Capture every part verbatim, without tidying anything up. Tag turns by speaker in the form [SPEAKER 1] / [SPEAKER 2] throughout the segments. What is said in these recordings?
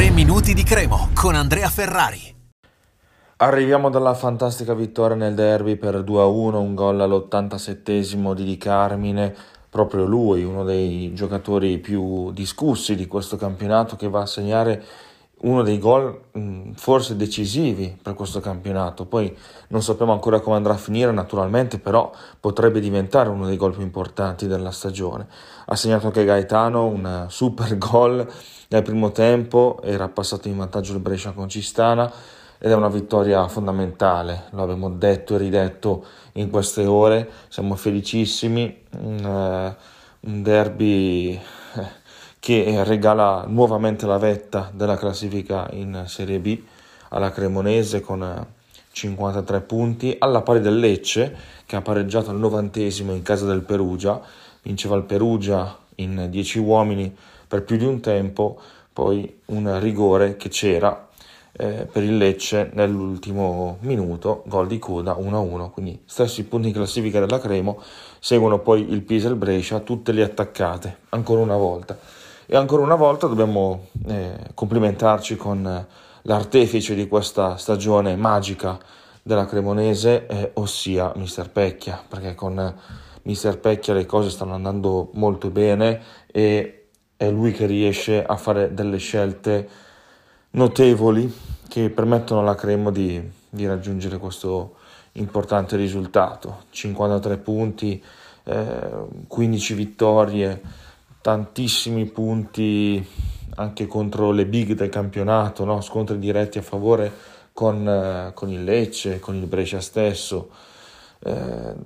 [SPEAKER 1] tre minuti di Cremo con Andrea Ferrari.
[SPEAKER 2] Arriviamo dalla fantastica vittoria nel derby per due a uno, un gol all'ottantasettesimo di Di Carmine, proprio lui, uno dei giocatori più discussi di questo campionato, che va a segnare uno dei gol mh, forse decisivi per questo campionato. Poi non sappiamo ancora come andrà a finire naturalmente, però potrebbe diventare uno dei gol più importanti della stagione. Ha segnato anche Gaetano un super gol nel primo tempo, era passato in vantaggio il Brescia con Cistana ed è una vittoria fondamentale, lo abbiamo detto e ridetto in queste ore, siamo felicissimi, un, uh, un derby eh, che regala nuovamente la vetta della classifica in Serie B alla Cremonese con cinquantatré punti, alla pari del Lecce che ha pareggiato al novantesimo in casa del Perugia, vinceva il Perugia in dieci uomini per più di un tempo, poi un rigore che c'era eh, per il Lecce nell'ultimo minuto, gol di coda uno a uno, quindi stessi punti in classifica della Cremo, seguono poi il Pisa e il Brescia, tutte lì attaccate, ancora una volta. E ancora una volta dobbiamo eh, complimentarci con l'artefice di questa stagione magica della Cremonese, eh, ossia mister Pecchia, perché con mister Pecchia le cose stanno andando molto bene e è lui che riesce a fare delle scelte notevoli che permettono alla Cremo di, di raggiungere questo importante risultato. cinquantatré punti, eh, quindici vittorie, tantissimi punti anche contro le big del campionato, no? Scontri diretti a favore con, eh, con il Lecce, con il Brescia stesso. Eh,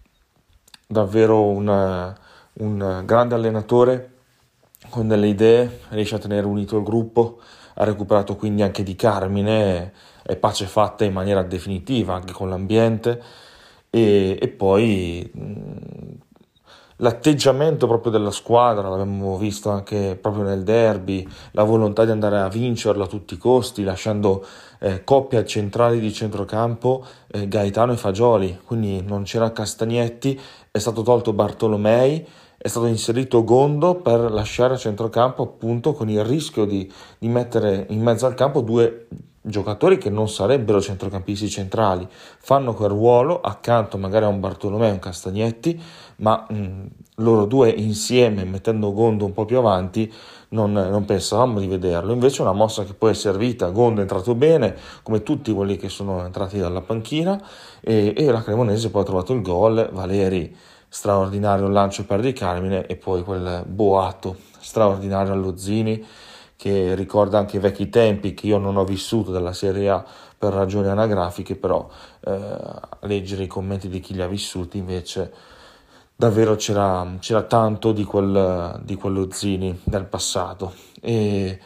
[SPEAKER 2] davvero una, un grande allenatore con delle idee, riesce a tenere unito il gruppo, ha recuperato quindi anche Di Carmine, è pace fatta in maniera definitiva anche con l'ambiente e, e poi mh, l'atteggiamento proprio della squadra, l'abbiamo visto anche proprio nel derby, la volontà di andare a vincerlo a tutti i costi, lasciando eh, coppia centrali di centrocampo, eh, Gaetano e Fagioli, quindi non c'era Castagnetti, è stato tolto Bartolomei, è stato inserito Gondo per lasciare a centrocampo appunto con il rischio di, di mettere in mezzo al campo due giocatori che non sarebbero centrocampisti centrali, fanno quel ruolo accanto magari a un Bartolomeo e un Castagnetti, ma mh, loro due insieme mettendo Gondo un po' più avanti non, non pensavamo di vederlo. Invece una mossa che poi è servita, Gondo è entrato bene come tutti quelli che sono entrati dalla panchina e, e la Cremonese poi ha trovato il gol, Valeri straordinario lancio per Di Carmine e poi quel boato straordinario allo Zini che ricorda anche i vecchi tempi che io non ho vissuto della Serie A per ragioni anagrafiche, però eh, a leggere i commenti di chi li ha vissuti invece davvero c'era, c'era tanto di, quel, di quello Zini del passato. E,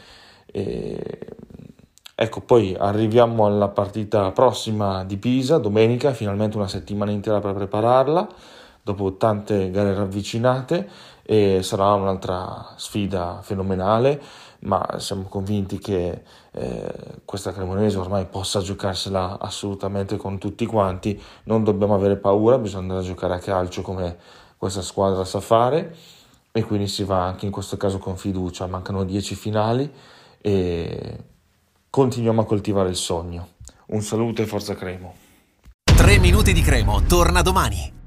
[SPEAKER 2] e ecco, poi arriviamo alla partita prossima di Pisa, domenica, finalmente una settimana intera per prepararla dopo tante gare ravvicinate e sarà un'altra sfida fenomenale, ma siamo convinti che eh, questa Cremonese ormai possa giocarsela assolutamente con tutti quanti, non dobbiamo avere paura, bisogna andare a giocare a calcio come questa squadra sa fare e quindi si va anche in questo caso con fiducia, mancano dieci finali e continuiamo a coltivare il sogno. Un saluto e forza Cremo.
[SPEAKER 1] tre minuti di Cremo torna domani.